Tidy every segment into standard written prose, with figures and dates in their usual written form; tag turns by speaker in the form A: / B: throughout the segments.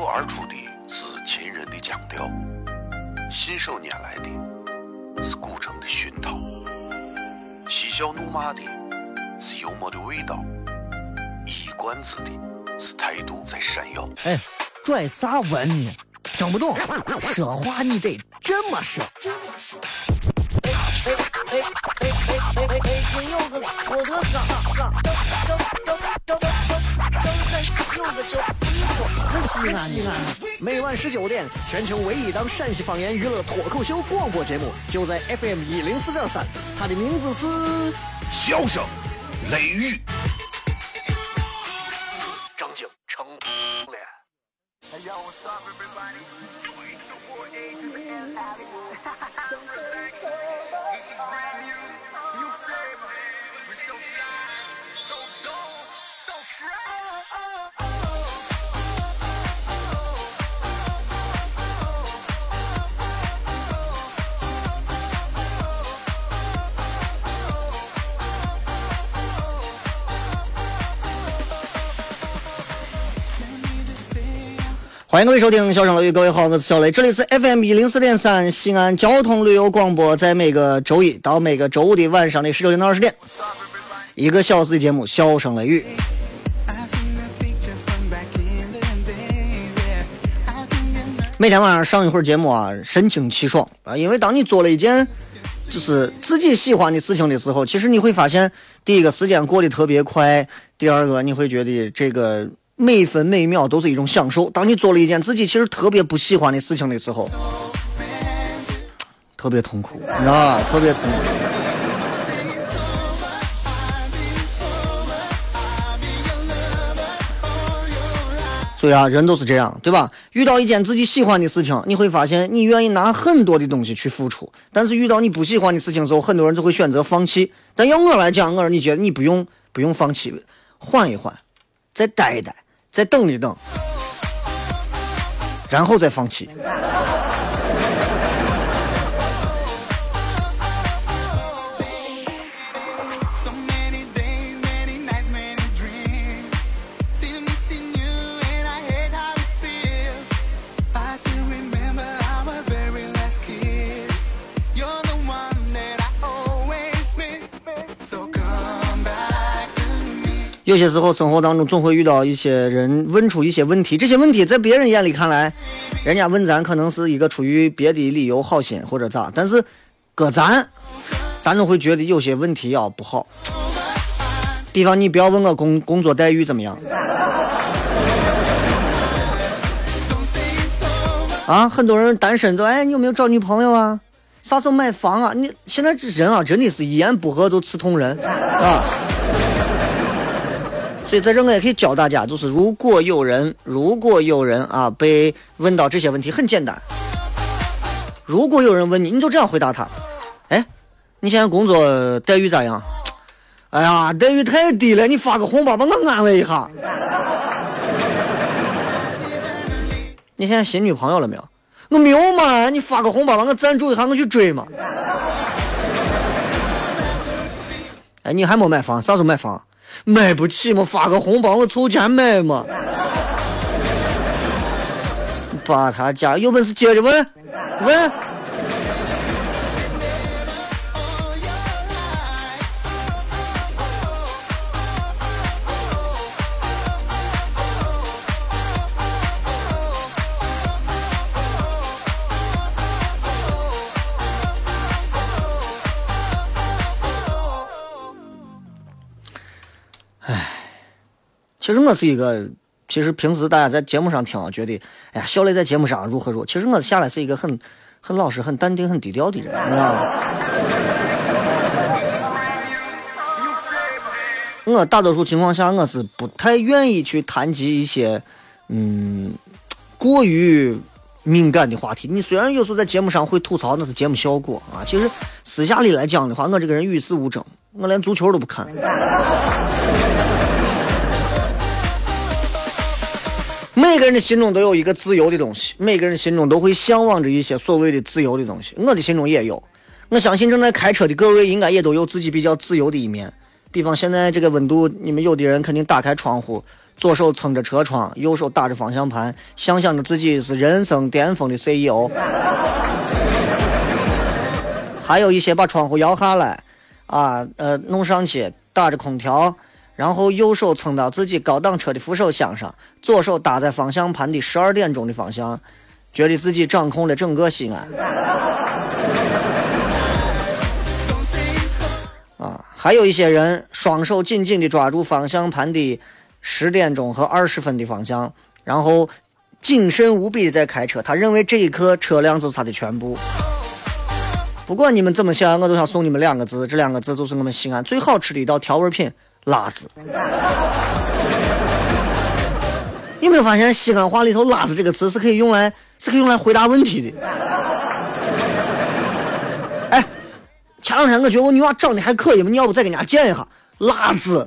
A: 口而出的是秦人的腔调，信手拈来的是古城的熏陶，嬉笑怒骂的是幽默的味道，一冠子的是态度在闪耀。
B: 哎，拽啥文呢？听不懂，说话你得这么说。北京有个郭德纲，有个叫一个西安。每晚19点，全球唯一档陕西方言娱乐脱口秀广播节目，就在 FM 104.3，它的名字是
A: 笑声雷雨。
B: 张景成脸。欢迎各位收听笑声雷雨，各位好，我是小雷，这里是 FM 104.3西安交通旅游广播，在每个周一到每个周五的晚上的19点到20点，一个小时的节目笑声雷雨。每天晚上上一会儿节目啊，神清气爽啊，因为当你做了一件就是自己喜欢的事情的时候，其实你会发现，第一个时间过得特别快，第二个你会觉得这个每分每秒都是一种享受。当你做了一件自己其实特别不喜欢的事情的时候，特别痛苦，你知道吧？特别痛苦。所以啊，人都是这样，对吧？遇到一件自己喜欢的事情，你会发现你愿意拿很多的东西去付出，但是遇到你不喜欢的事情的时候，很多人就会选择放弃。但要我来讲，你觉得你不用放弃，缓一缓，再待一待，再等一等，然后再放弃。有些时候生活当中总会遇到一些人问出一些问题，这些问题在别人眼里看来，人家问咱可能是一个出于别的理由好心或者咋，但是搁咱就会觉得有些问题要不好。比方你不要问我工作待遇怎么样啊，很多人单身都你有没有找女朋友啊，啥时候买房啊，你现在人啊真的是一言不合就刺痛人啊。所以在这我也可以教大家，就是如果有人啊被问到这些问题，很简单。如果有人问你，你就这样回答他：你现在工作待遇咋样？哎呀，待遇太低了，你发个红包帮我安慰一下。你现在新女朋友了没有？我没有嘛，你发个红包帮我赞助一下，我去追嘛。你还没买房，啥时候买房？买不起嘛，发个红包我凑钱买嘛。把他家有本事接着问。其实平时大家在节目上听啊，觉得小雷在节目上如何，其实我下来是一个很老实、很淡定、很低调的人，你知道吗？我大多数情况下我是不太愿意去谈及一些过于敏感的话题。你虽然有时候在节目上会吐槽，那是节目效果啊，其实私下里来讲的话，我这个人与世无争，我连足球都不看。每个人的心中都有一个自由的东西，每个人心中都会向往着一些所谓的自由的东西，我的心中也有。我相信正在开车的各位应该也都有自己比较自由的一面。比方现在这个温度，你们有的人肯定打开窗户左手撑着车窗，右手打着方向盘，想象着自己是人生巅峰的 CEO。还有一些把窗户摇下来弄上去，打着空调，然后右手撑到自己高档车的扶手箱上，左手搭在方向盘的12点钟的方向，觉得自己掌控了整个西安。还有一些人双手紧紧地抓住方向盘的10点钟和20分的方向，然后谨慎无比地在开车，他认为这一刻车辆就是他的全部。不管你们怎么想，我都想送你们2个字，这2个字就是我们西安最好吃的一道调味品——辣子。你有没有发现西安话里头辣子这个词是可以用来回答问题的？哎，前2天我觉得我女娃长得还可以嘛，你要不再给人家见一下辣子？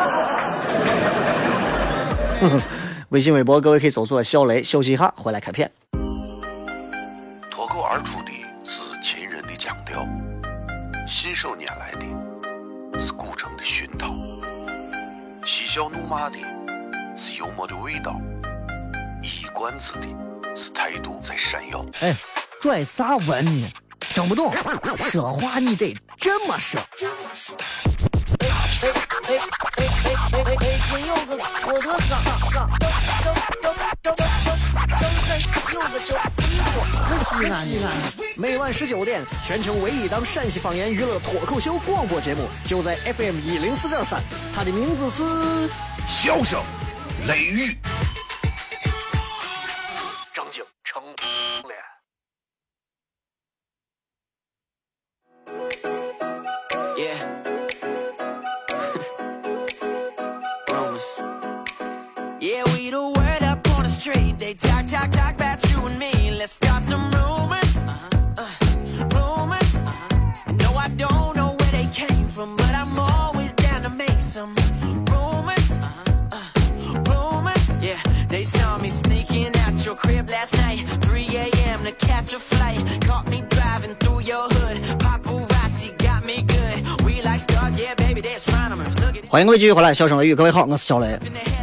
B: 微信微博各位可以搜索小雷，休息一下回来开片。
A: 脱口而出的是秦人的腔调，信手拈来的是古城的熏陶，嬉笑怒骂的是幽默的味道，一冠子的是态度在闪耀。
C: 哎，拽啥文呢？听不懂，说话你得这么说。
B: 今有个我的
C: 西安，每晚19点，全球唯一档陕西方言娱乐脱口秀广播节目，就在 FM 104.3，它的名字是
A: 笑声雷雨。
B: 张景成脸。
D: Yeah, we the word up on the street. They talk about you and me. Let's start some rumors. Rumors. No, I don't know where they came from, but I'm always down to make some rumors. Rumors. Yeah, they saw me sneaking out your crib last night. 3 a.m. to catch a flight. Caught me driving through your hood. Paparazzi got me good. We like stars, yeah, baby, they're astronomers. Look at
B: 欢迎各位继续回来，笑声雷雨，各位好，我是小雷。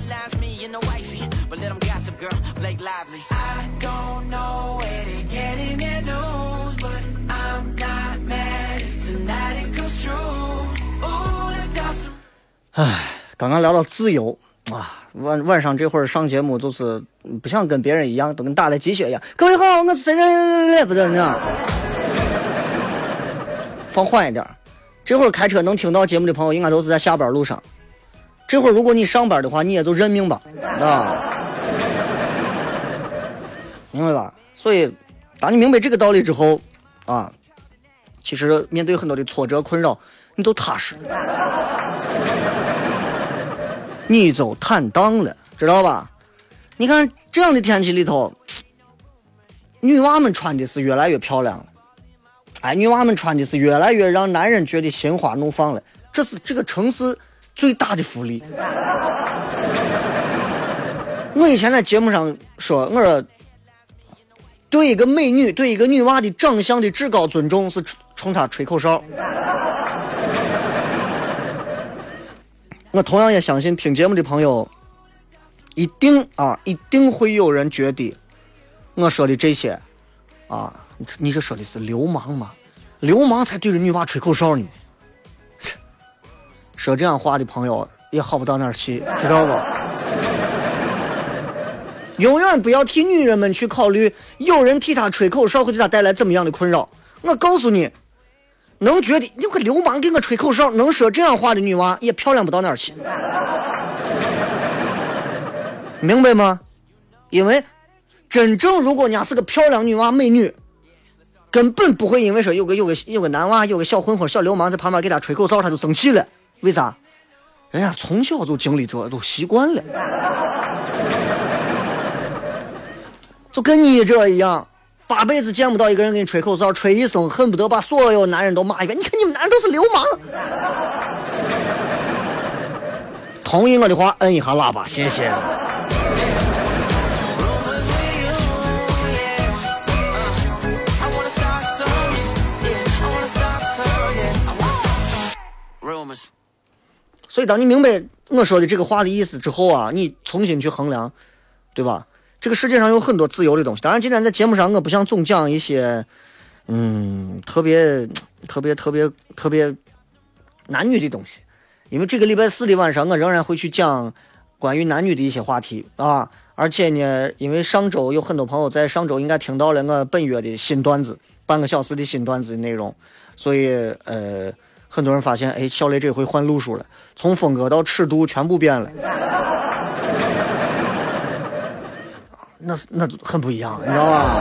B: 唉，刚刚聊到自由啊，晚上这会儿上节目就是不想跟别人一样，都跟打了鸡血一样。各位好，我是谁不得呢？放缓一点。这会儿开车能听到节目的朋友，应该都是在下班路上。这会儿如果你上班的话，你也就认命吧，啊，明白吧？所以，当你明白这个道理之后，啊，其实面对很多的挫折困扰，你都踏实，你就坦荡了，知道吧？你看这样的天气里头，女娃们穿的是越来越漂亮了，哎，女娃们穿的是越来越让男人觉得心花怒放了，这是这个城市最大的福利。我以前在节目上说，我说对一个美女，对一个女娃的长相的至高尊重是冲她吹口哨。我同样也相信听节目的朋友一定会有人觉得我说的这些啊，你这说的是流氓吗？流氓才对着女娃吹口哨呢。说这样话的朋友也好不到哪儿去，知道不？永远不要替女人们去考虑有人替她吹口哨会对她带来怎么样的困扰。我告诉你，能觉得有个流氓给我吹口哨，能说这样话的女娃也漂亮不到哪儿去，明白吗？因为真正如果人家是个漂亮女娃美女，根本不会因为说有个男娃有个小混混小流氓在旁边给她吹口哨他就生气了。为啥？人家从小就经历这，都习惯了，就跟你这一样，8辈子见不到一个人给你吹口哨，吹一声恨不得把所有男人都骂一遍。你看你们男人都是流氓。同意我的话摁一下喇叭，谢谢。 所以当你明白我说的这个话的意思之后啊，你重新去衡量，对吧？这个世界上有很多自由的东西。当然今天在节目上我不想总讲一些特别男女的东西，因为这个礼拜四的晚上我仍然会去讲关于男女的一些话题啊。而且呢，因为上周有很多朋友在上周应该听到了我本月的新段子，半个小时的新段子的内容，所以很多人发现，哎，小雷这回换路数了，从风格到尺度全部变了，那很不一样，你知道吧？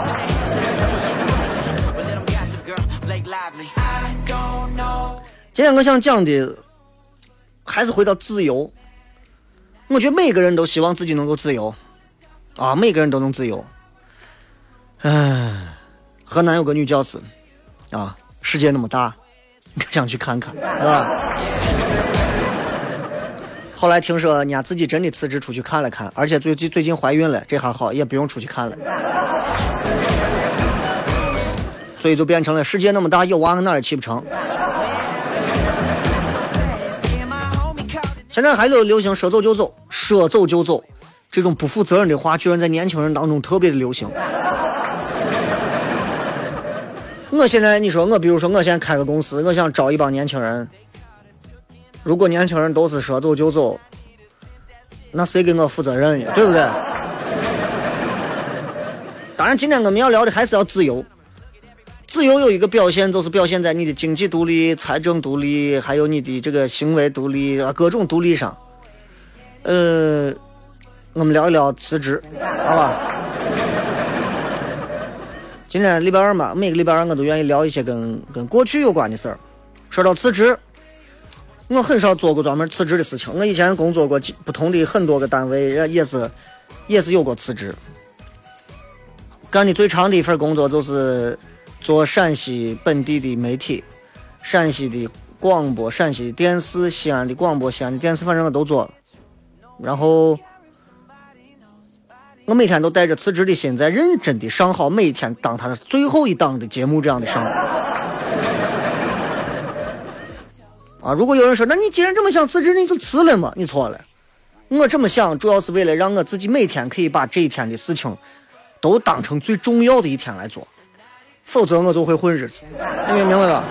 B: 今天我想讲的还是回到自由，我觉得每个人都希望自己能够自由啊，每个人都能自由。河南有个女教师啊，世界那么大，你想去看看，是吧？后来听说人家自己真的辞职出去看了看，而且最近怀孕了，这还好，也不用出去看了。所以就变成了世界那么大，有娃哪儿也去不成。现在还流行说走就走，说走就走，这种不负责任的话居然在年轻人当中特别的流行。我现在你说我比如说我现在开个公司，我想招一帮年轻人，如果年轻人都是说走就走，那谁给我负责任呀，对不对？当然今天我们要聊的还是要自由。自由有一个表现，就是表现在你的经济独立、财政独立，还有你的这个行为独立啊，各种独立上。我们聊一聊辞职，好吧？今天礼拜二嘛，每个礼拜二我都愿意聊一些跟过去有关的事儿。说到辞职，我很少做过专门辞职的事情。我以前工作过不同的很多个单位，也是有过辞职。干的最长的一份工作就是做陕西本地的媒体，陕西的广播、陕西的电视、西安的广播、西安的电视，反正我都做。然后我每天都带着辞职的心，在认真的上好每一天当他的最后一档的节目这样的上啊！如果有人说，那你既然这么想辞职，你就辞了嘛？你错了。我这么想，主要是为了让我自己每天可以把这一天的事情都当成最重要的一天来做。否则我就会混日子，你明白吧？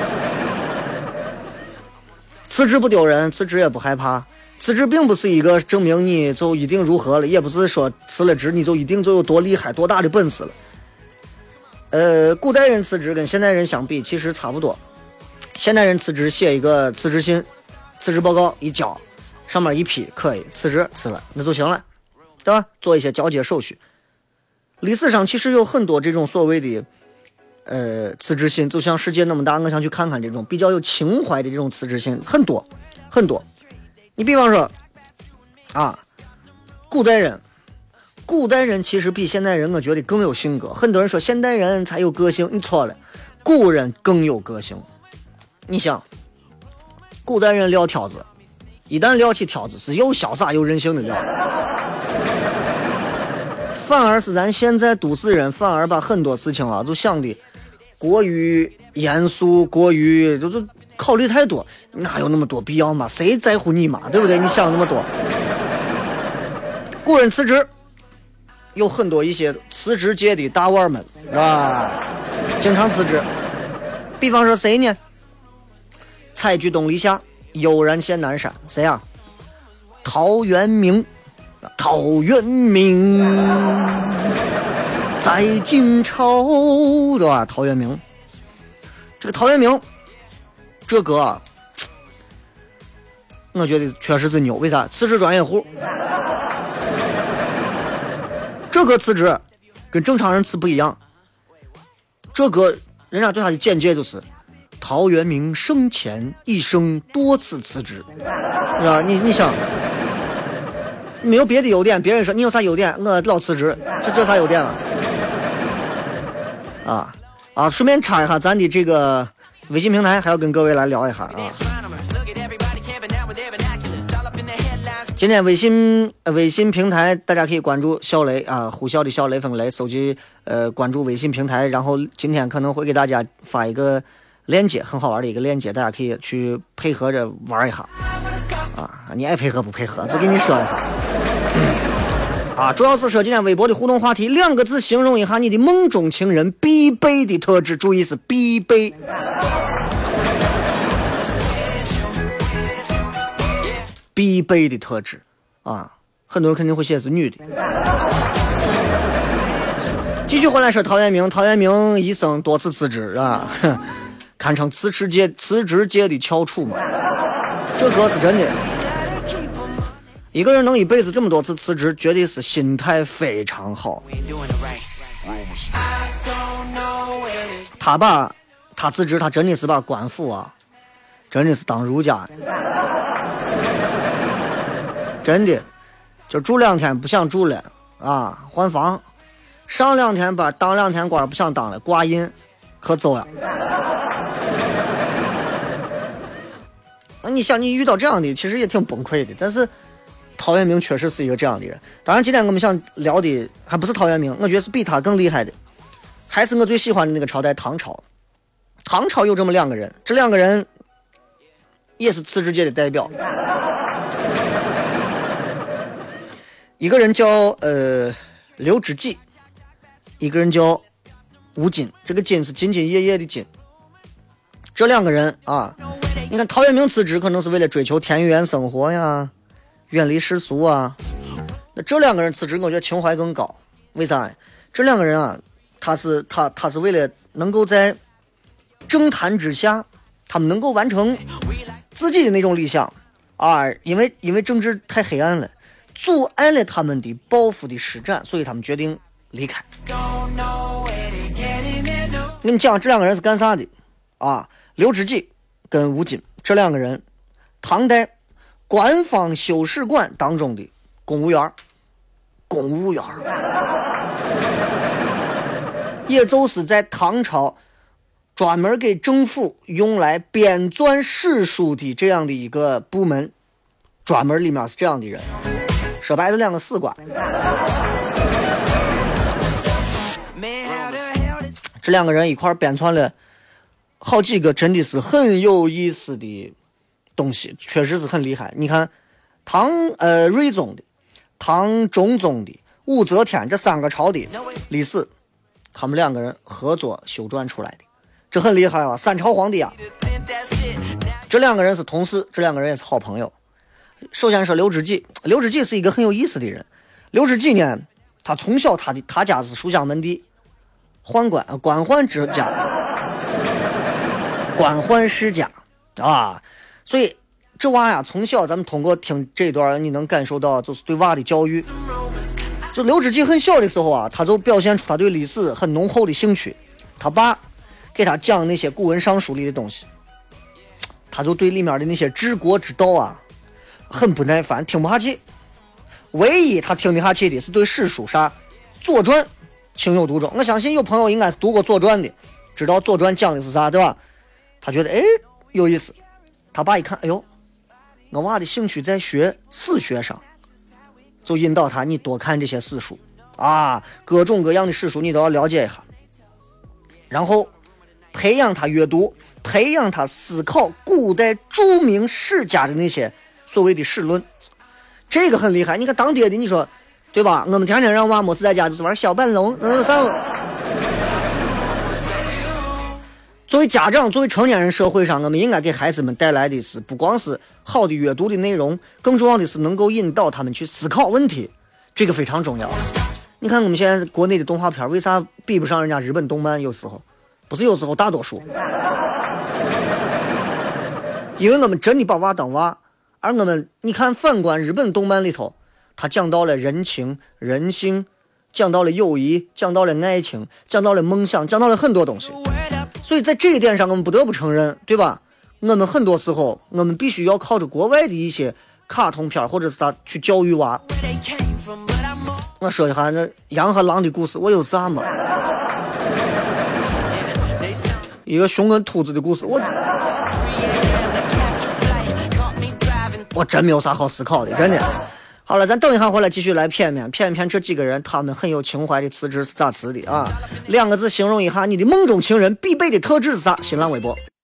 B: 辞职不丢人，辞职也不害怕。辞职并不是一个证明你就一定如何了，也不是说辞了职你就一定就有多厉害多大的本事了。古代人辞职跟现代人相比其实差不多。现代人辞职写一个辞职信、辞职报告一交，上面一批可以辞职，辞了那就行了，对吧？做一些交接手续。历史上其实有很多这种所谓的辞职信，就像世界那么大，我想去看看这种比较有情怀的这种辞职信，很多很多。你比方说啊，古代人其实比现代人我觉得更有性格。很多人说现代人才有个性，你错了，古人更有个性。你想，古代人撂挑子，一旦撂起挑子是又潇洒又任性的撂，反而是咱现在都市人反而把很多事情啊就想的过于严肃，过于就是考虑太多，哪有那么多必要嘛？谁在乎你嘛？对不对？你想那么多。古人辞职，有很多一些辞职界的大腕们啊，经常辞职。比方说谁呢？采菊东篱下，悠然见南山。谁啊？陶渊明。陶渊明在晋朝，对吧？陶渊明，这个陶渊明这个我觉得确实是牛。为啥？辞职专业户，这个辞职跟正常人辞不一样。这个人家对他的简介就是陶渊明生前一生多次辞职，是吧？你想没有别的优点，别人说你有啥优点？我老辞职，这啥优点了？啊！顺便插一下咱的这个微信平台，还要跟各位来聊一下啊。今天微信平台大家可以关注小雷啊，呼啸的小雷锋雷，手机关注微信平台，然后今天可能会给大家发一个链接，很好玩的一个链接，大家可以去配合着玩一下啊！你爱配合不配合，就给你说一下。主要是说今天微博的互动话题，2个字形容一下你的梦中情人必备的特质，注意是必备。必备的特质啊，很多人肯定会写是女的。继续回来说陶渊明一生多次辞职啊，堪称辞职界的翘楚嘛。这歌是真的。一个人能一辈子这么多次辞职，绝对是心态非常好。他辞职，他真的是把官府啊，真的是当儒家，真的就住2天不想住了啊，换房，上2天班当2天官不想当了，挂印可走呀。你想你遇到这样的其实也挺崩溃的，但是陶渊明确实是一个这样的人。当然今天我们想聊的还不是陶渊明，我觉得是比他更厉害的，还是我最喜欢的那个朝代唐朝。唐朝有这么2个人，这2个人也是辞职界的代表。一个人叫刘知几，一个人叫吴瑾，这个瑾是兢兢业业的瑾。这2个人啊，你看陶渊明辞职可能是为了追求田园生活呀，远离世俗啊。那这2个人辞职我觉得情怀更高，为啥？这2个人啊，他是为了能够在政坛之下，他们能够完成自己的那种理想啊，因为政治太黑暗了，阻碍了他们的抱负的施展，所以他们决定离开。你们讲这2个人是干啥的啊？刘知几跟吴瑾这2个人，唐代官方修史馆当中的公务员，也就是在唐朝专门给政府用来编纂史书的这样的一个部门，专门里面是这样的人，说白了2个死官。这2个人一块编纂了好几个真的是很有意思的东西，确实是很厉害。你看睿宗的、唐中宗的、武则天这3个朝的历史，他们2个人合作修撰出来的，这很厉害啊！3朝皇帝啊，这2个人是同事，这2个人也是好朋友。首先说刘知几是一个很有意思的人。刘知几呢，他从小他家是书香门第，官宦之家，官宦世家啊，所以这娃呀，从小咱们通过听这一段，你能感受到就是对娃的教育。就刘知几很小的时候啊，他就表现出他对历史很浓厚的兴趣。他爸给他讲那些古文尚书里的东西，他就对里面的那些治国之道啊很不耐烦，听不下去。唯一他听得下去的是对史书啥《左传》情有独钟。我相信有朋友应该是读过《左传》的，知道《左传》讲的是啥，对吧？他觉得有意思。他爸一看，哎呦，我娃的兴趣在学史学上，就引导他，你多看这些史书啊，各种各样的史书你都要了解一下，然后培养他阅读，培养他思考古代著名史家的那些所谓的史论，这个很厉害。你看当爹的，你说对吧？我们天天让娃没事在家就是玩小半龙，作为家长，作为成年人，社会上我们应该给孩子们带来的是不光是好的阅读的内容，更重要的是能够引导他们去思考问题，这个非常重要。你看我们现在国内的动画片为啥比不上人家日本动漫？有时候不是，有时候大多数，因为我们真的把娃当娃。而我们你看反观日本动漫里头，他讲到了人情人性，讲到了友谊，讲到了爱情，讲到了梦想，讲到了很多东西。所以在这一点上我们不得不承认，对吧？我们很多时候我们必须要靠着国外的一些卡通片或者是他去教育娃。我说一下那羊和狼的故事，我有啥嘛？一个熊跟兔子的故事，我真没有啥好思考的，真的。好了，咱等一下回来继续来骗这几个人，他们很有情怀的辞职是咋辞的啊？2个字形容一下你的梦中情人必备的特质是啥？新浪微博。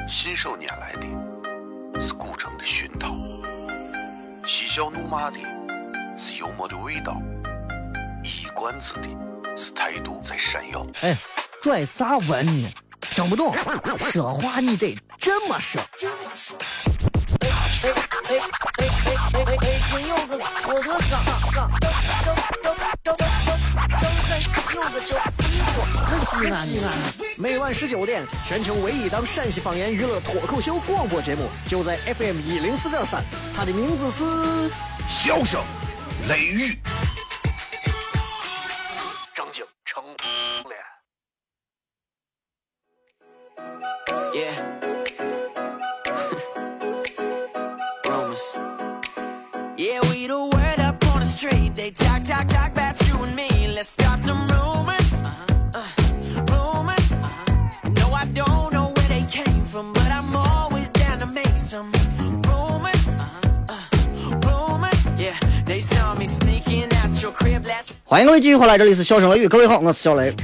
A: 信手拈来的是古城的熏陶，嬉笑怒骂的是幽默的味道，一冠子的是态度在闪耀。
C: 哎，拽啥文呢？听不懂，说话你得这么说。
B: 京有个我的嘎，有个叫一个。
C: 西安，每晚19点，全球唯一档陕西方言娱乐脱口秀广播节目，就在 FM 104.3，它的名字是
A: 笑声雷雨。
C: 张景成脸。
D: Yeah. Rumors. Yeah, we the word up on the street. They talk about you and me. Let's start some rumors. Rumors. No, I don't know where they came from, but I'm always down to make some rumors. Rumors. Yeah, they saw me sneaking out your crib last.
B: 欢迎各位继续回来，这里是笑声雷雨，各位好，我是小雷。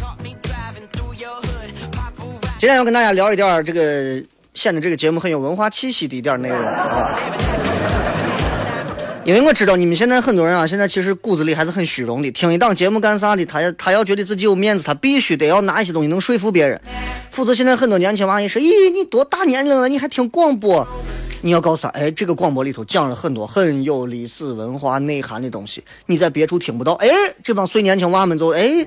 B: 今天要跟大家聊一点这个显得这个节目很有文化气息的一点内容啊，因为我知道你们现在很多人啊，现在其实骨子里还是很虚荣的，听一档节目干啥的，他要觉得自己有面子，他必须得要拿一些东西能说服别人，否则现在很多年轻娃也是，咦，你多大年龄了，你还听广播？你要告诉他，哎，这个广播里头讲了很多很有历史文化内涵的东西，你在别处听不到，哎，这帮碎年轻娃们就哎。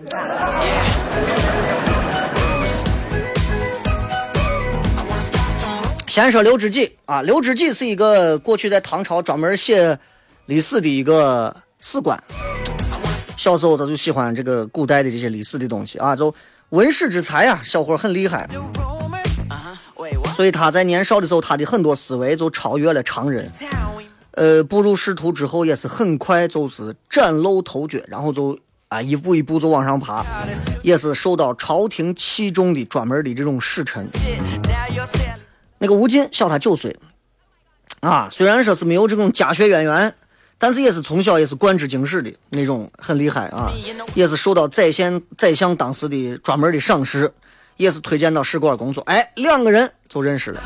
B: 先说刘知几啊，刘知几是一个过去在唐朝专门写历史的一个史官。小时候他就喜欢这个古代的这些历史的东西啊，就文史之才啊，小伙很厉害。所以他在年少的时候，他的很多思维就超越了常人。步入仕途之后，也是很快就是崭露头角，然后就一步一步就往上爬，也是受到朝廷器重的专门的这种使臣。那个吴进小他9岁啊，虽然说是没有这种家学渊源，但是也是从小也是贯之经史的那种，很厉害啊，也是受到宰相当时的专门的赏识，也是推荐到使馆工作。哎，两个人就认识了。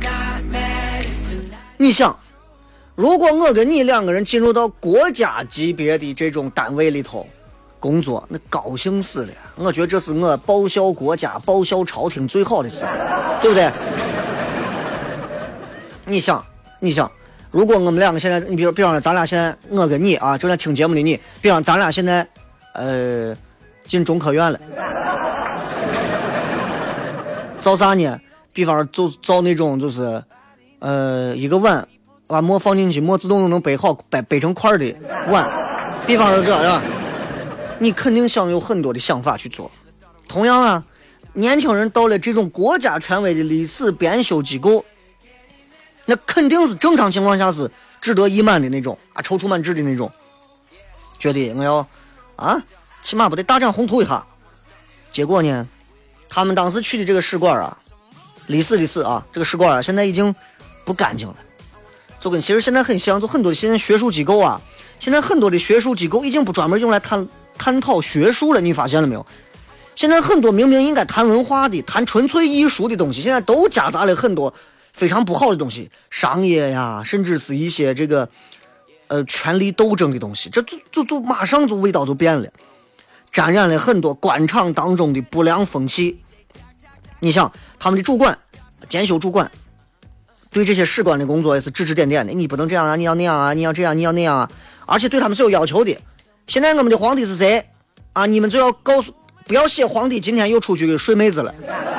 B: 你想，如果我跟你两个人进入到国家级别的这种单位里头工作，那高兴死了。我觉得这是我报效国家、报效朝廷最好的事，对不对？你想，如果我们两个现在，你比方说咱俩现在，我跟你啊，正在听节目的你，比方咱俩现在，进中科院了，造啥呢？比方就造那种就是，一个碗，把馍放进去，馍自动都能背好，背成块的碗。比方说这是吧？你肯定想有很多的想法去做。同样啊，年轻人到了这种国家权威的历史编修机构。那肯定是正常情况下是志得意满的那种啊，踌躇满志的那种，觉得我要起码不得大展宏图一下。结果呢，他们当时去的这个使馆啊，历史的史啊，这个使馆啊，现在已经不干净了，就跟其实现在很像，就很多的现在学术机构啊，现在很多的学术机构已经不专门用来探讨学术了，你发现了没有？现在很多明明应该谈文化的、谈纯粹艺术的东西，现在都夹杂了很多非常不好的东西，商业呀，甚至是一些这个权力斗争的东西，这就马上就味道就变了，沾染了很多官场当中的不良风气。你想他们的主管、监修主管对这些士官的工作也是指指点点的，你不能这样啊，你要那样啊，你要这样，你要那样啊，而且对他们是有要求的。现在我们的皇帝是谁啊？你们就要告诉，不要写皇帝今天又出去睡妹子了。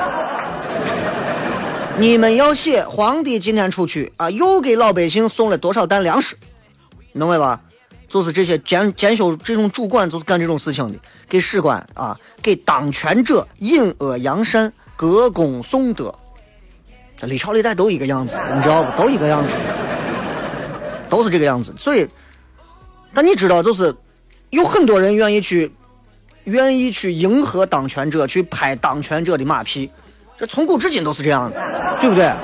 B: 你们要写皇帝今天出去啊，又给老百姓送了多少担粮食，明白吧？就是这些监修这种主管就是干这种事情的，给士官啊，给当权者引恶扬善，歌功颂德。这历朝历代都一个样子，你知道不？都一个样子，都是这个样子。所以，但你知道，就是有很多人愿意去迎合当权者，去拍当权者的马屁。这从古至今都是这样的，对不对？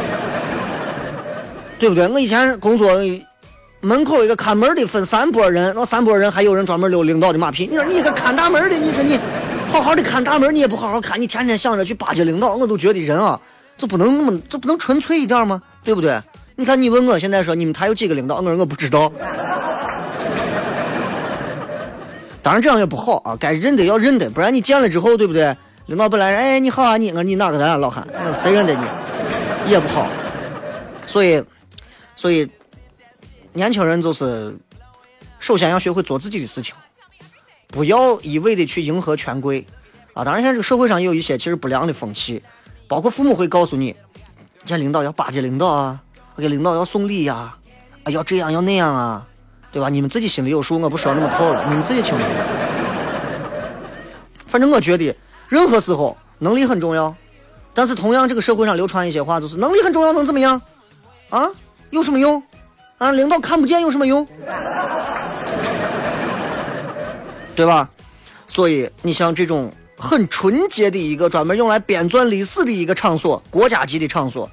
B: 对不对？我以前工作门口一个看门的分3拨人，那3拨人还有人专门溜领导的马屁。你说你一个看大门的，你好好的看大门，你也不好好看，你天天想着去巴结领导，我都觉得人啊， 就不能纯粹一点吗？对不对？你看你问我现在说你们台有几个领导，我不知道。当然这样也不好啊，该认的要认的，不然你见了之后，对不对？领导本来哎你好啊，你哪个咱老汉，那谁认得你也不好。所以年轻人就是首先要学会做自己的事情，不要一味的去迎合权贵啊。当然现在这个社会上也有一些其实不良的风气，包括父母会告诉你，见领导要巴结领导啊，给领导要送礼呀，啊要这样要那样啊，对吧？你们自己心里有数，我不说那么透了，你们自己清楚。反正我觉得任何时候能力很重要，但是同样这个社会上流传一些话，就是能力很重要能怎么样啊？有什么用啊？领导看不见有什么用？对吧？所以你像这种很纯洁的一个专门用来编纂历史的一个场所，国家级的场所，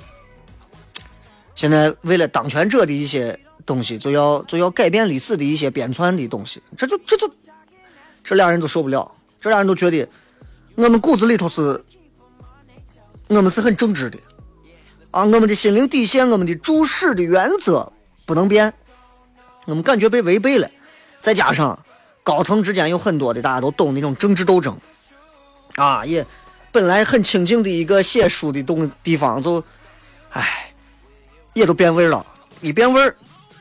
B: 现在为了当权者的一些东西，就要改变历史的一些编纂的东西，这俩人都受不了，这俩人都觉得我们骨子里头我们是很正直的啊，我们的心灵底线，我们的注释的原则不能变，我们感觉被违背了，再加上高层之间有很多的大家都懂那种政治斗争啊，也本来很清静的一个写书的地方，就也都变味了，一变味儿，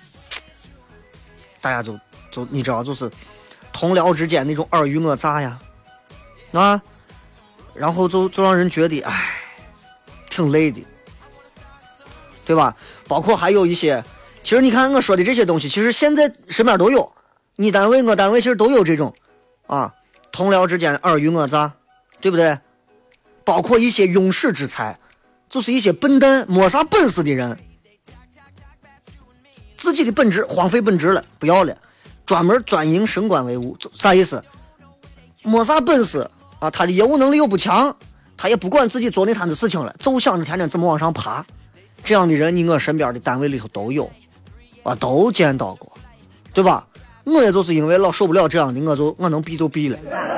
B: 大家就你知道，就是同僚之间那种尔虞我诈呀啊，然后就让人觉得挺累的，对吧？包括还有一些，其实你看我说的这些东西，其实现在身边都有，你单位我单位其实都有这种啊，同僚之间尔虞我诈，对不对？包括一些庸士之才，就是一些笨蛋没啥本事的人，自己的本职荒废本职了，不要了，专门专营升官为务，啥意思？没啥本事啊，他的业务能力又不强，他也不管自己做那摊子事情了，就想着天天怎么往上爬。这样的人你我身边的单位里头都有啊，都见到过，对吧？我也就是因为老受不了这样的，我能避就避了。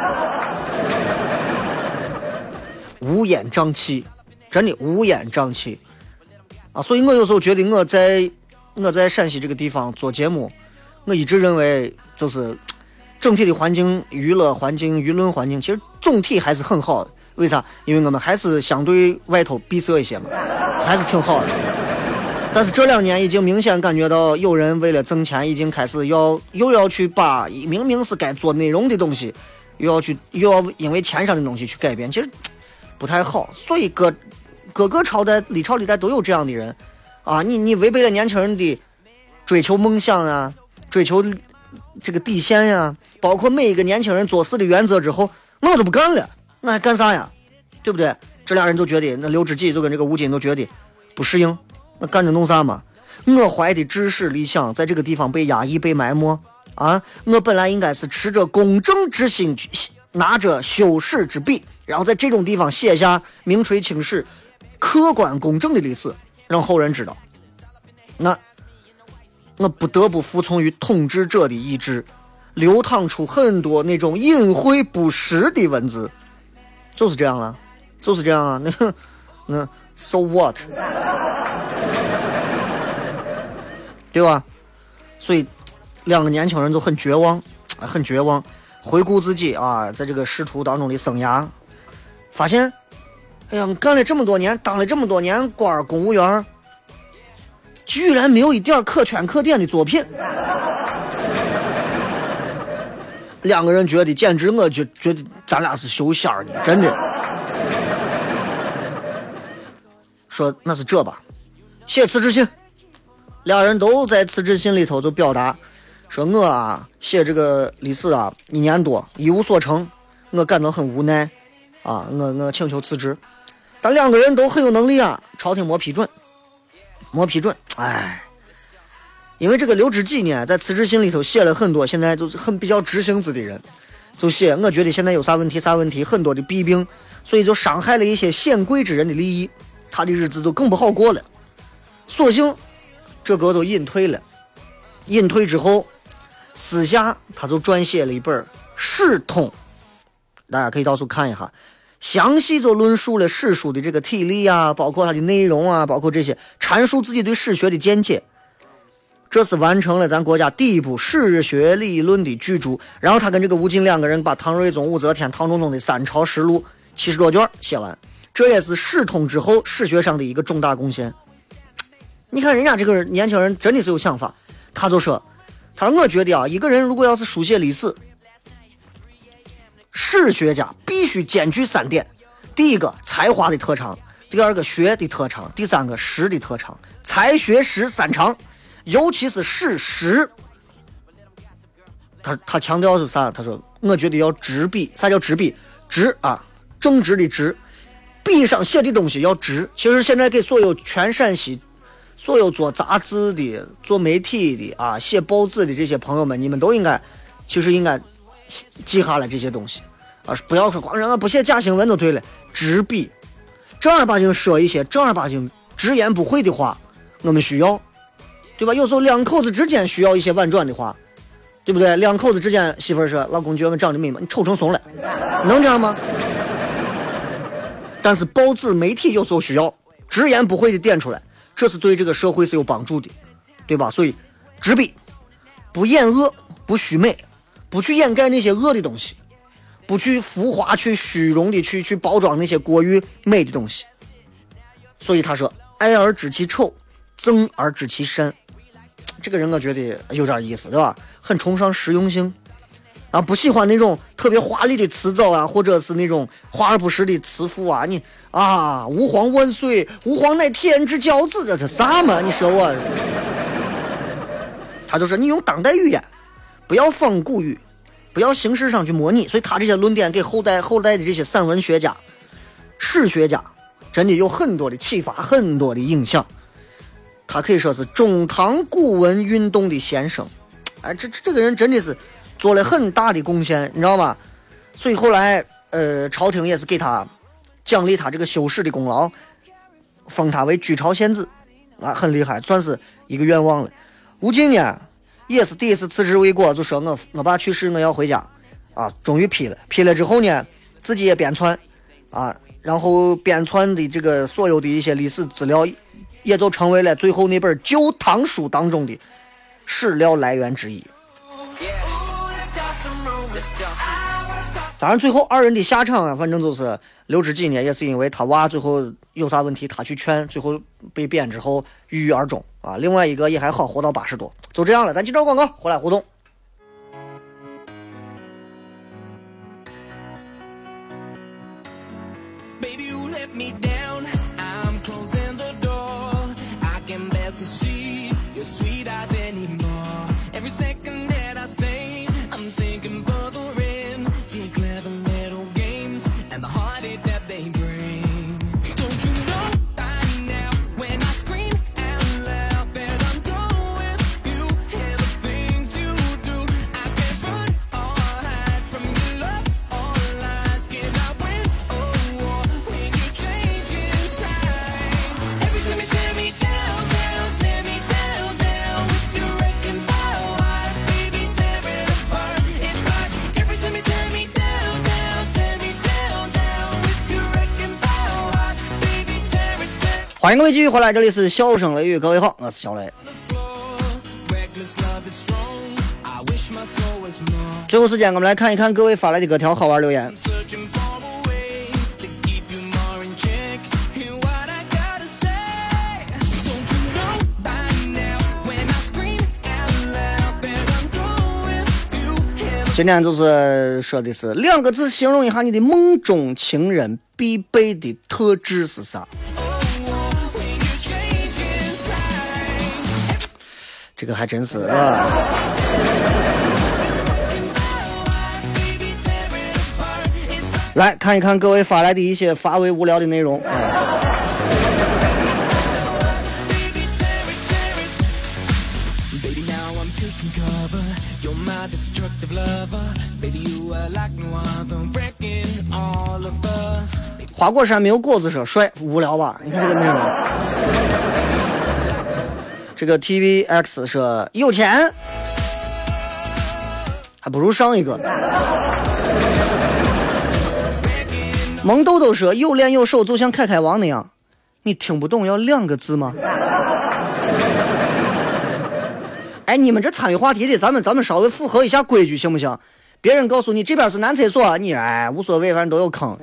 B: 乌烟瘴气，真的乌烟瘴气啊！所以我有时候觉得我在陕西这个地方做节目，我一直认为就是整体的环境、娱乐环境、舆论环境，其实总体还是很好的。为啥？因为我们还是相对外头闭塞一些嘛，还是挺好的。但是这2年已经明显感觉到有人为了挣钱，已经开始又要去把明明是该做内容的东西，又要因为钱上的东西去改变，其实不太好。所以各个朝代历朝历代都有这样的人啊，你违背了年轻人的追求梦想啊，追求这个底线呀，包括每一个年轻人做事的原则之后，我都不干了，那还干啥呀？对不对？这俩人就觉得，那刘知几就跟这个吴京都觉得不适应，那干着弄啥嘛？我怀的志士理想在这个地方被压抑被埋没啊！我本来应该是持着公正之心，拿着修史之笔，然后在这种地方写下名垂青史、客观公正的历史，让后人知道。那我不得不服从于统治者的意志，流淌出很多那种隐晦不实的文字，就是这样啊，就是这样啊。那 so what， 对吧？所以2个年轻人就很绝望，很绝望。回顾自己啊，在这个仕途当中的生涯，发现，哎呀，干了这么多年，当了这么多年官，公务员，居然没有一点可圈可点的作品。2个人觉得简直，我觉得咱俩是修仙的，真的。说那是这吧，写辞职信。2人都在辞职信里头就表达说，我啊写这个历史啊1年多一无所成，我感到很无奈啊，我请求辞职。但2个人都很有能力啊，朝廷没批准。因为这个刘知几呢，在辞职信里头写了很多现在就是比较执行子的人，就写我觉得现在有啥问题，很多的弊病，所以就伤害了一些显贵之人的利益，他的日子就更不好过了。索性这个就隐退了。隐退之后，私下他就撰写了一本《史通》，大家可以到处看一下。 详细就论述了史书的这个体例啊，包括它的内容啊，包括这些，阐述自己对史学的见解。这是完成了咱国家第一部史学理论的巨著。然后他跟这个吴进两个人把唐睿宗、武则天、唐中宗的三朝实录70多卷写完，这也是史通之后史学上的一个重大贡献。你看人家这个年轻人真的是有想法，他就说，他说我觉得啊，一个人如果要是书写历史，史学家必须兼具3点：第一个才华的特长，第二个学的特长，第三个识的特长，才学识3长，尤其是史实。他强调是啥？他说我觉得要执笔。啥叫执笔？直啊，正直的直，笔上写的东西要直。其实现在给所有全陕西所有做杂志的、做媒体的啊、写报纸的这些朋友们，你们都应该记下来这些东西啊，不要说光人不写假新闻就对了，执笔，正儿八经说一些正儿八经直言不讳的话，我们需要，对吧？有时候两口子之间需要一些婉转的话，对不对？两口子之间，媳妇儿说：“老公觉得长得美吗？你丑成怂了，能这样吗？”但是报纸媒体有时候需要直言不讳的点出来，这是对这个社会是有帮助的，对吧？所以执笔，不掩恶，不虚美，不去掩盖那些恶的东西，不去浮华、去虚荣的去包装那些过于美的东西。所以他说：“爱而知其丑，憎而知其善。”这个人我觉得有点意思，对吧？很崇尚实用性啊，不喜欢那种特别华丽的辞藻啊，或者是那种华而不实的辞赋啊。你啊，吾皇万岁，吾皇乃天之骄子，这啥嘛？你说我，他就说你用当代语言，不要仿古语，不要形式上去模拟。所以他这些论点给后代的这些散文学家、史学家，真的有很多的启发，很多的影响。他可以说是中唐古文运动的先生，哎，这个人真的是做了很大的贡献，你知道吗？所以后来朝廷也是给他奖励他这个修史的功劳，封他为居朝县子啊，很厉害，算是一个愿望了。吴进呢也是第一次辞职未果，就说我爸去世，我要回家啊，终于批了之后呢，自己也编纂啊，然后编纂的这个所有的一些历史资料，也就成为了最后那本《旧唐书》当中的史料来源之一。当然最后二人的下场啊，反正就是刘知几呢，也是因为他娃最后有啥问题他去劝，最后被贬之后郁郁而终啊。另外一个也还好，活到80多。就这样了，咱接着广告回来互动。
D: Baby, you let me down. I'm closing the door. I can't bear to see your sweet eyes anymore. Every second that I stay, I'm sinking further in to your clever little games and the heartache that they bring. Don't you know by now when I scream out loud that I'm done with you and the things you do? I can't run or hide from your love or lies. Can I win or war when you change inside? Every time you tear me down, down, tear me down, down with your wrecking ball, why, baby, tear it apart. It's like every time you tear me down, down, tear me down, down with your wrecking ball, why, baby, tear it down.
B: 欢迎各位继续回来，这里是笑声雷雨，各位好，我是小雷。
D: Reckless love is strong. I wish my soul was more.
B: 最后时间我们来看一看各位发来的各条好玩留言。
D: Searching for a way to keep you more in check. Hear what I gotta say. Don't you know by now when I scream out loud that I'm done with you and
B: 今天就是说的是2个字形容一下你的梦中情人必备的特质是啥？
D: when you change inside.
B: 这个还真是啊。
D: Baby, tear it apart. It's like
B: 来看一看各位发来的一些乏味无聊的内容。
D: baby, tear it. Baby, now I'm taking cover. You're my destructive lover. Baby, you are like no other. Breaking all of us.
B: 花果山没有果子说帅，无聊吧？你看这个内容。这个 TVX 说有钱，还不如上一个。 萌豆豆说又练又瘦就像凯凯王那样，你听不懂要2个字吗？哎，你们这参与话题的，咱们稍微符合一下规矩行不行？别人告诉你这边是男厕所，你无所谓，反正都有坑。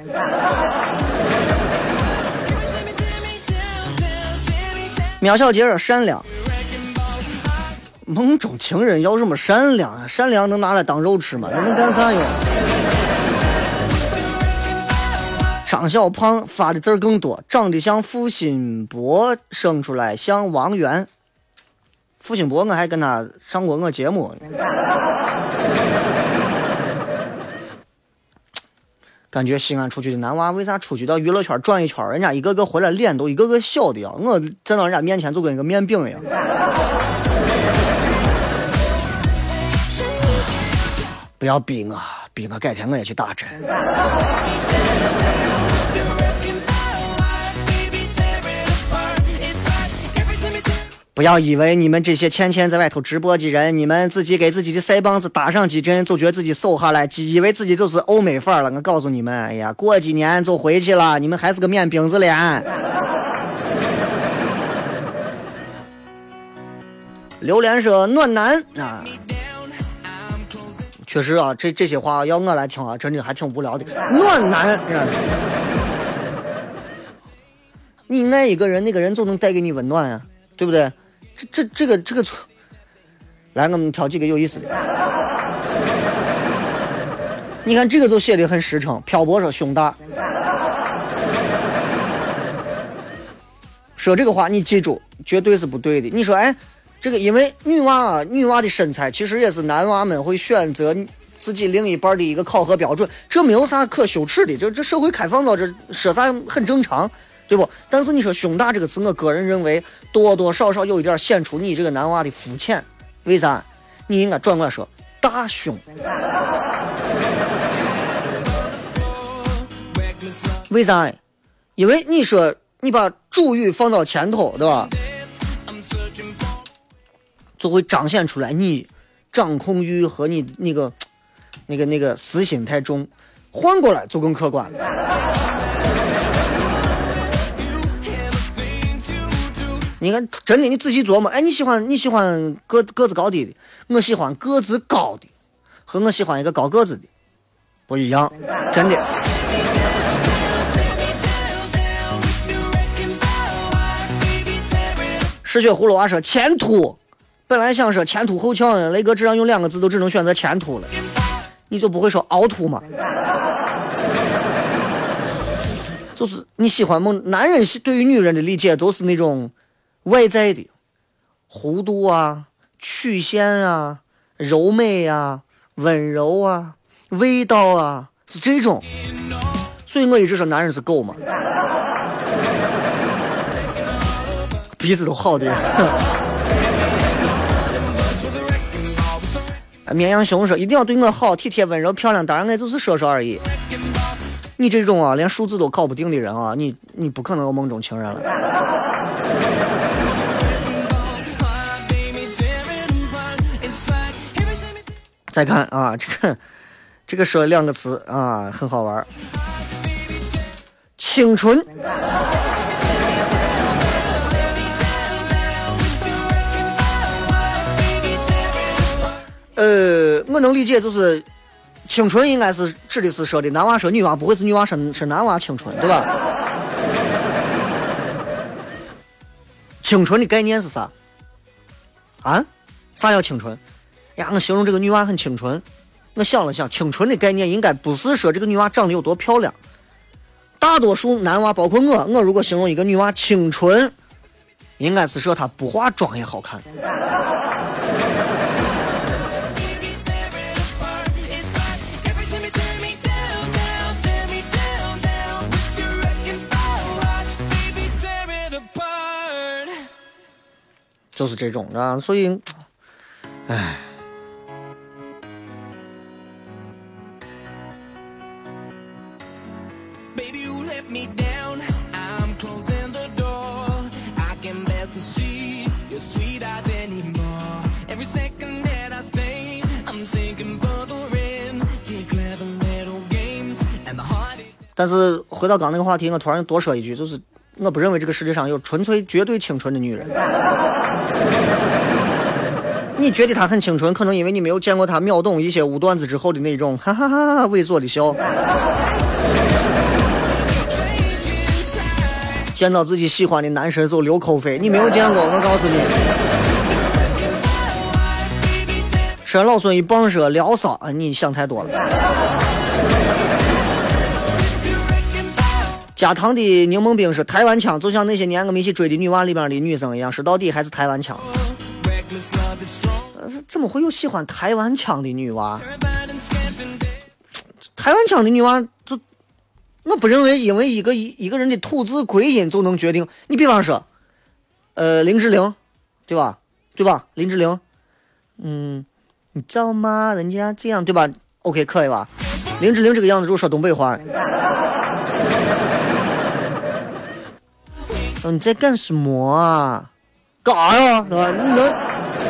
B: 苗小杰善良，梦中情人要什么善良啊？善良能拿来当肉吃吗？那能干啥用？张小胖发的字更多，长得像付辛博，生出来像王源。付辛博我还跟他上过我节目，感觉西安出去的男娃为啥出去到娱乐圈转一圈，人家一个个回来脸都一个个小的呀，我站到人家面前就跟一个面饼一样。不要逼我，逼我改天我也去打针。不要以为你们这些天天在外头直播的人，你们自己给自己的腮帮子打上几针，就觉得自己瘦下来，以为自己就是欧美范儿了。我告诉你们，哎呀，过几年就回去了，你们还是个面饼子脸。榴莲说暖男啊，确实啊，这些话要我来听啊，真的还挺无聊的。暖男，你爱一个人，那个人就能带给你温暖啊，对不对？这个，来，我们挑几个有意思的。你看这个就写的很实诚。漂泊说胸大，说这个话你记住，绝对是不对的。你说，哎，这个因为女娃的身材其实也是男娃们会选择自己另一半的一个考核标准，这没有啥可羞耻的，这社会开放到这说啥很正常。对不？但是你说胸大这个词，我个人认为多多少少有一点显出你这个男娃的肤浅。为啥？你应该转过来说大胸。为啥？因为你说你把主语放到前头，对吧？就会彰显出来你掌控欲和你那个私心太重。换过来就更客观了。你看，真的，你仔细琢磨，哎，你喜欢个子高低的，我喜欢个子高的，和我喜欢一个高个子的不一样，真的。失血葫芦娃说前途，本来想说前途后翘呢，雷哥这样用2个字都只能选择前途了，你就不会说凹凸吗？就是你喜欢男人对于女人的理解都是那种外在的弧度啊、曲线啊、柔美啊、温柔啊、味道啊，是这种。所以我一直说男人是狗嘛，鼻子都好的。绵羊熊说一定要对我好，体贴温柔漂亮，当然我就是说说而已。你这种啊连数字都搞不定的人啊，你不可能有梦中情人了。再看啊，这个说2个词啊，很好玩。青春。我能理解，就是青春应该是指的是说的男娃说女娃，不会是女娃说男娃青春，对吧？青春的概念是啥？啊？啥叫青春？呀，我形容这个女娃很青春。我想了想，青春的概念应该不是说这个女娃长得有多漂亮。大多数男娃，包括我如果形容一个女娃青春，应该是说她不化妆也好看。就是这种啊，所以，唉。 但是回到刚那个话题，我突然多说一句，就是我不认为这个世界上有纯粹绝对清纯的女人。你觉得她很清纯，可能因为你没有见过她秒懂一些污段子之后的那种哈哈哈哈猥琐的笑。见到自己喜欢的男神就流口水，你没有见过，我告诉你。吃完老孙一棒说聊骚啊，你想太多了。加糖的柠檬冰是台湾腔，就像那些年我们一起追的女娃里边的女生一样，说到底还是台湾腔。怎么会有喜欢台湾腔的女娃？台湾腔的女娃就。我不认为因为一个人的吐字归音就能决定。你比方说林志玲，对吧林志玲，你知道吗人家这样，对吧 OK 可以吧。林志玲这个样子就说东北话，你在干什么啊，干啥呀，对吧？你能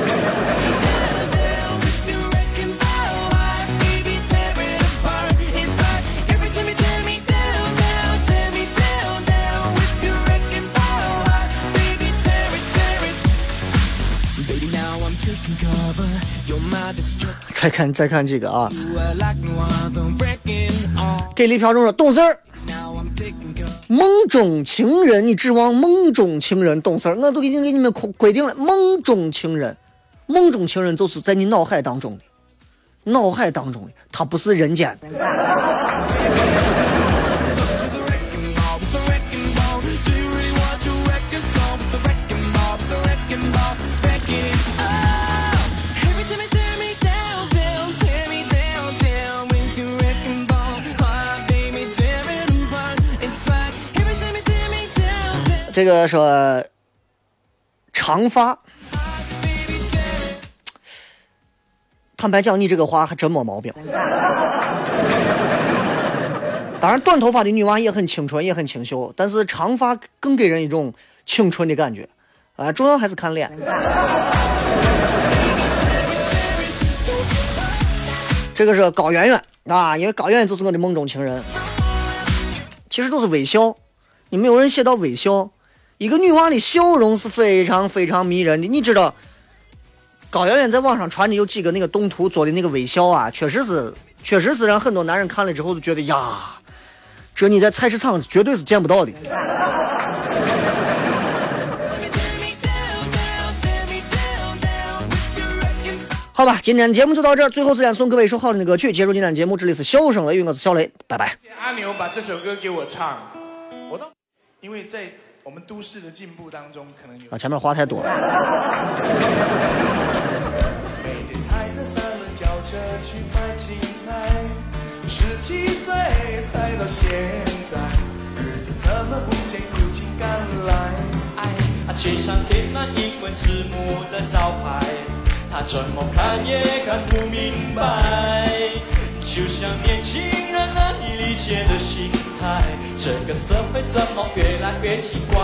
B: 再看这个啊，给李飘中说懂事儿，梦中情人，你指望梦中情人懂事儿？我都已经给你们规定了，梦中情人就是在你脑海当中的，它不是人间的。这个说长发，坦白讲，你这个话还真没毛病。当然，短头发的女娃也很清纯，也很清秀，但是长发更给人一种青春的感觉啊。主要还是看脸。这个是高圆圆啊，因为高圆圆就是我的梦中情人。其实都是微笑，你没有人写到微笑。一个女娃的笑容是非常非常迷人的，你知道高圆圆在网上传的有几个那个动图做的那个微笑啊，确实是让很多男人看了之后就觉得呀，这你在菜市场绝对是见不到的。好吧，今天节目就到这儿，最后时间送各位一首好听的歌曲，结束今天节目。这里是笑声雷雨，我是小雷，拜拜。
E: 阿牛把这首歌给我唱，因为在我们都市的进步当中，可能有
B: 前面话太多了。
E: 每天踩着三轮轿车去买青菜，17岁才到现在，日子怎么不见苦尽甘来？
F: 贴上天蓝英文字母的招牌，他怎么看也看不明白，就像年轻人难以理解的心态，这个社会怎么越来越奇怪？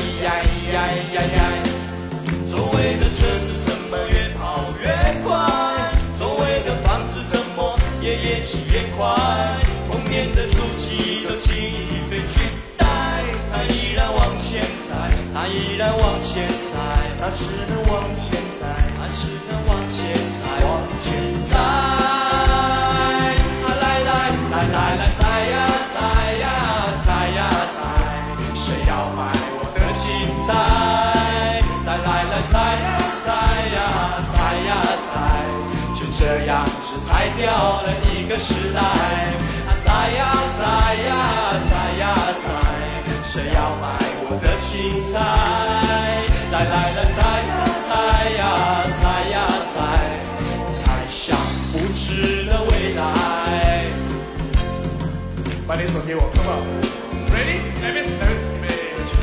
F: 周围的车子怎么越跑越快？周围的房子怎么也起越快？童年的足迹都轻易被取代，他依然往前踩，他依然往前踩，
E: 他只能往前踩，
F: 他只能往前踩，
E: 往前踩。
F: 来踩呀踩呀踩呀踩，谁要买我的青菜？来踩呀踩呀踩呀踩，就这样只踩掉了一个时代。踩呀踩呀踩呀踩，谁要买我的青菜？来踩呀踩呀踩呀踩，踩向不知的未来。
E: 把你手给我，好不好 ？Ready？ 来边，预备，去。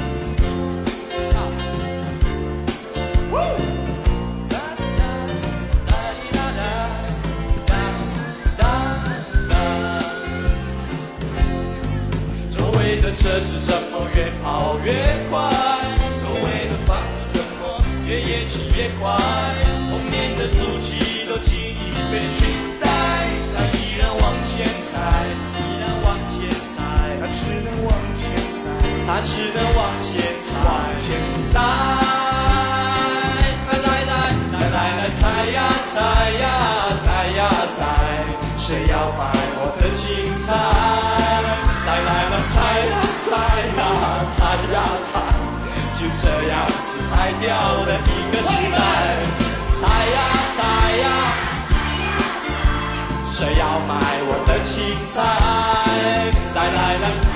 F: 周围的车子怎么越跑越快？周围的房子怎么越起越快？童年的足迹都轻易被取代，他依然往前踩。往前踩。 他只能往前猜。来猜呀猜呀猜呀猜，谁要买我的青菜？来猜呀猜呀猜呀猜，就这样子猜掉了一个时代。猜呀猜呀，谁要买我的青菜？来